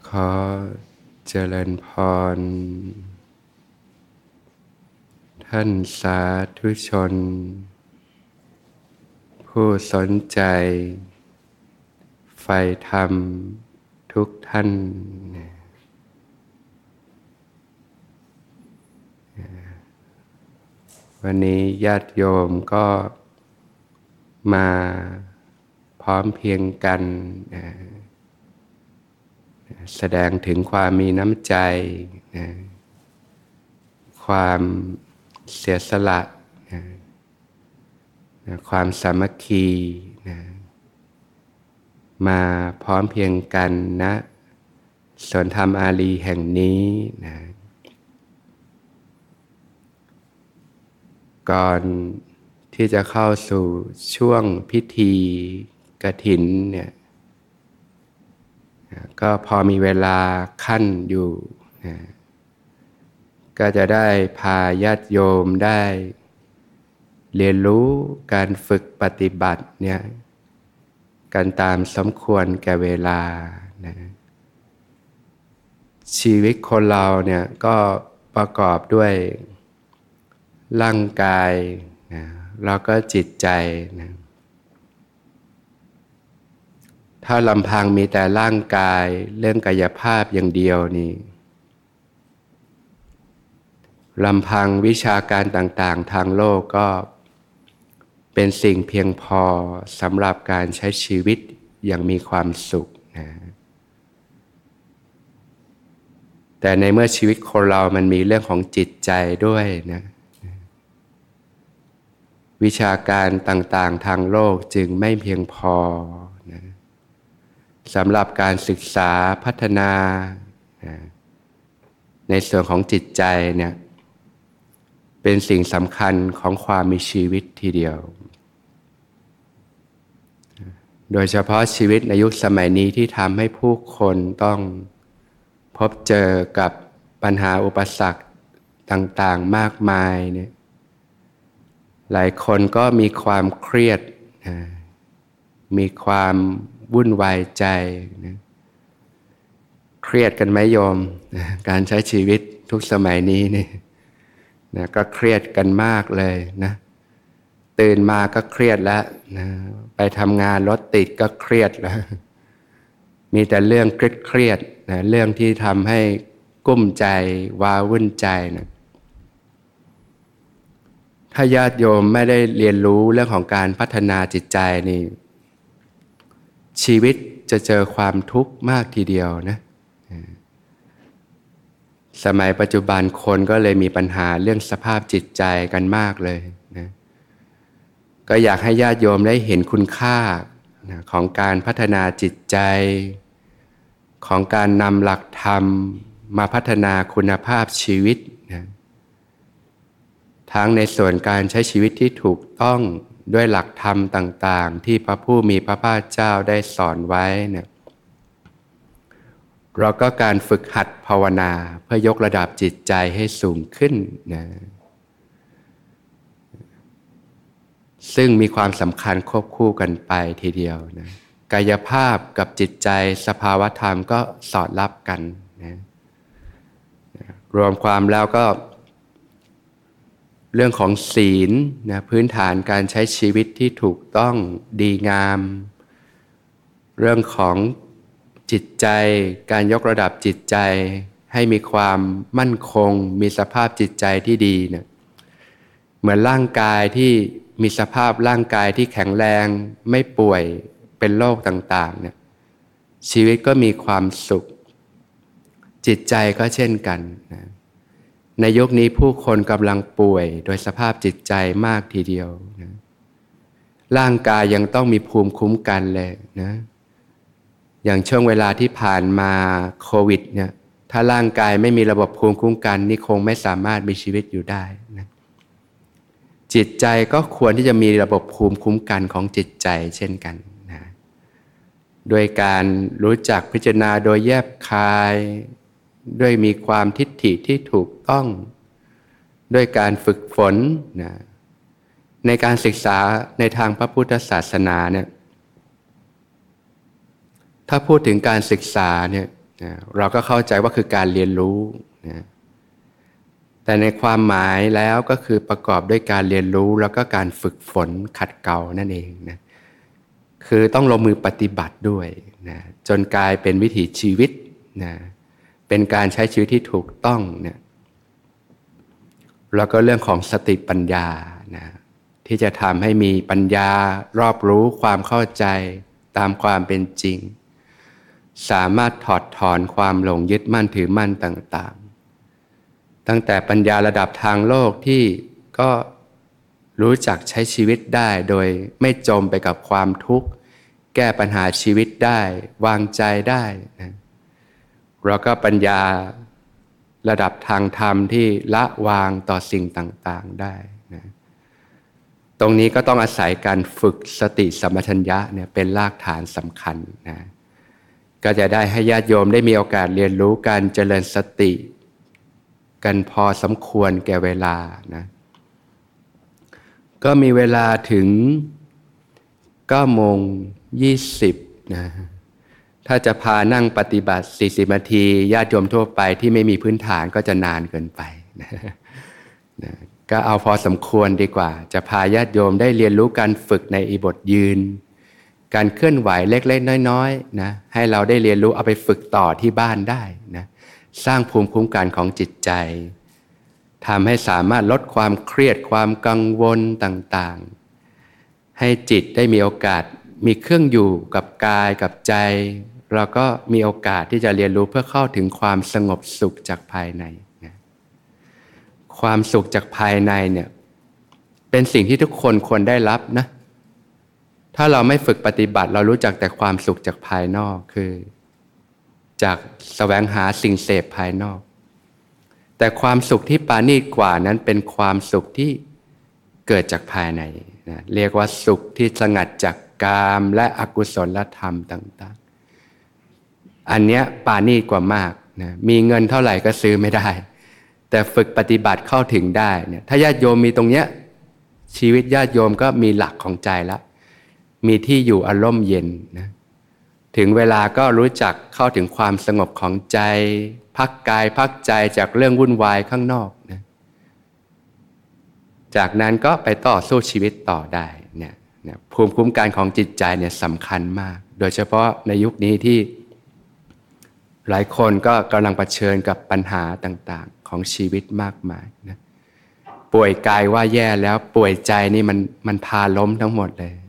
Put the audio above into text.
ขอเจริญพรท่านสาธุชนผู้สนใจใฝ่ธรรมทุกท่านวันนี้ญาติโยมก็มาพร้อมเพรียงกันแสดงถึงความมีน้ำใจความเสียสละความสามัคคีมาพร้อมเพรียงกันณสวนธรรมอารีแห่งนี้ก่อนที่จะเข้าสู่ช่วงพิธีกฐินเนี่ยก็พอมีเวลาขั้นอยู่ก็จะได้พาญาติโยมได้เรียนรู้การฝึกปฏิบัติเนี่ยกันตามสมควรแก่เวลานะชีวิตคนเราเนี่ยก็ประกอบด้วยร่างกายนะแล้วก็จิตใจนะถ้าลำพังมีแต่ร่างกายเรื่องกายภาพอย่างเดียวนี่ลำพังวิชาการต่างๆทางโลกก็เป็นสิ่งเพียงพอสำหรับการใช้ชีวิตอย่างมีความสุขนะแต่ในเมื่อชีวิตคนเรามันมีเรื่องของจิตใจด้วยนะวิชาการต่างๆทางโลกจึงไม่เพียงพอนะสำหรับการศึกษาพัฒนานะในส่วนของจิตใจเนี่ยเป็นสิ่งสำคัญของความมีชีวิตทีเดียวโดยเฉพาะชีวิตในยุคสมัยนี้ที่ทำให้ผู้คนต้องพบเจอกับปัญหาอุปสรรคต่างๆมากมายเนี่ยหลายคนก็มีความเครียดมีความวุ่นวายใจนะเครียดกันไหมโยมการใช้ชีวิตทุกสมัยนี้นี่นะก็เครียดกันมากเลยนะตื่นมาก็เครียดแล้วนะไปทำงานรถติดก็เครียดแล้วมีแต่เรื่องเครียดนะเรื่องที่ทำให้กุ้มใจว้าวุ่นใจนะถ้าญาติโยมไม่ได้เรียนรู้เรื่องของการพัฒนาจิตใจนี่ชีวิตจะเจอความทุกข์มากทีเดียวนะสมัยปัจจุบันคนก็เลยมีปัญหาเรื่องสภาพจิตใจกันมากเลยนะก็อยากให้ญาติโยมได้เห็นคุณค่านะของการพัฒนาจิตใจของการนำหลักธรรมมาพัฒนาคุณภาพชีวิตนะทั้งในส่วนการใช้ชีวิตที่ถูกต้องด้วยหลักธรรมต่างๆที่พระผู้มีพระภาคเจ้าได้สอนไว้เนี่ยเราก็การฝึกหัดภาวนาเพื่อยกระดับจิตใจให้สูงขึ้นนะซึ่งมีความสำคัญควบคู่กันไปทีเดียวนะกายภาพกับจิตใจสภาวธรรมก็สอดรับกันนะรวมความแล้วก็เรื่องของศีลนะพื้นฐานการใช้ชีวิตที่ถูกต้องดีงามเรื่องของจิตใจการยกระดับจิตใจให้มีความมั่นคงมีสภาพจิตใจที่ดีเนี่ยเหมือนร่างกายที่มีสภาพร่างกายที่แข็งแรงไม่ป่วยเป็นโรคต่างๆเนี่ยชีวิตก็มีความสุขจิตใจก็เช่นกันนะในยุคนี้ผู้คนกำลังป่วยโดยสภาพจิตใจมากทีเดียวนะร่างกายยังต้องมีภูมิคุ้มกันเลยนะอย่างช่วงเวลาที่ผ่านมาโควิดเนี่ยถ้าร่างกายไม่มีระบบภูมิคุ้มกันนี่คงไม่สามารถมีชีวิตอยู่ได้นะจิตใจก็ควรที่จะมีระบบภูมิคุ้มกันของจิตใจเช่นกันนะโดยการรู้จักพิจารณาโดยแยบคายด้วยมีความทิฏฐิที่ถูกต้องด้วยการฝึกฝนนะในการศึกษาในทางพระพุทธศาสนาเนี่ยถ้าพูดถึงการศึกษาเนี่ยนะเราก็เข้าใจว่าคือการเรียนรู้นะแต่ในความหมายแล้วก็คือประกอบด้วยการเรียนรู้แล้วก็การฝึกฝนขัดเกลานั่นเองนะคือต้องลงมือปฏิบัติด้วยนะจนกลายเป็นวิถีชีวิตนะเป็นการใช้ชีวิตที่ถูกต้องนะแล้วก็เรื่องของสติปัญญานะที่จะทำให้มีปัญญารอบรู้ความเข้าใจตามความเป็นจริงสามารถถอดถอนความหลงยึดมั่นถือมั่นต่างๆตั้งแต่ปัญญาระดับทางโลกที่ก็รู้จักใช้ชีวิตได้โดยไม่จมไปกับความทุกข์แก้ปัญหาชีวิตได้วางใจได้นะแล้วก็ปัญญาระดับทางธรรมที่ละวางต่อสิ่งต่างๆได้นะตรงนี้ก็ต้องอาศัยการฝึกสติสัมปชัญญะเนี่ยเป็นรากฐานสำคัญนะก็จะได้ให้ญาติโยมได้มีโอกาสเรียนรู้การเจริญสติกันพอสมควรแก่เวลานะก็มีเวลาถึง9:20นะถ้าจะพานั่งปฏิบัติ40นาทีญาติโยมทั่วไปที่ไม่มีพื้นฐานก็จะนานเกินไปนะก็เอาพอสมควรดีกว่าจะพาญาติโยมได้เรียนรู้การฝึกในอิบทยืนการเคลื่อนไหวเล็กๆน้อยๆนะให้เราได้เรียนรู้เอาไปฝึกต่อที่บ้านได้นะสร้างภูมิคุ้มกันของจิตใจทำให้สามารถลดความเครียดความกังวลต่างๆให้จิตได้มีโอกาสมีเครื่องอยู่กับกายกับใจเราก็มีโอกาสที่จะเรียนรู้เพื่อเข้าถึงความสงบสุขจากภายในนะความสุขจากภายในเนี่ยเป็นสิ่งที่ทุกคนควรได้รับนะถ้าเราไม่ฝึกปฏิบัติเรารู้จักแต่ความสุขจากภายนอกคือจากแสวงหาสิ่งเสพภายนอกแต่ความสุขที่ปราณีตกว่านั้นเป็นความสุขที่เกิดจากภายในนะเรียกว่าสุขที่สงัดจากกามและอกุศลธรรมต่างๆอันเนี้ยปราณีตกว่ามากนะมีเงินเท่าไหร่ก็ซื้อไม่ได้แต่ฝึกปฏิบัติเข้าถึงได้เนี่ยถ้าญาติโยมมีตรงเนี้ยชีวิตญาติโยมก็มีหลักของใจแล้วมีที่อยู่อารมณ์เย็นนะถึงเวลาก็รู้จักเข้าถึงความสงบของใจพักกายพักใจจากเรื่องวุ่นวายข้างนอกนะจากนั้นก็ไปต่อสู้ชีวิตต่อได้เนี่ยภูมิคุ้มกันของจิตใจเนี่ยสำคัญมากโดยเฉพาะในยุคนี้ที่หลายคนก็กำลังเผชิญกับปัญหาต่างๆของชีวิตมากมายนะป่วยกายว่าแย่แล้วป่วยใจนี่มันพาล้มทั้งหมดเลย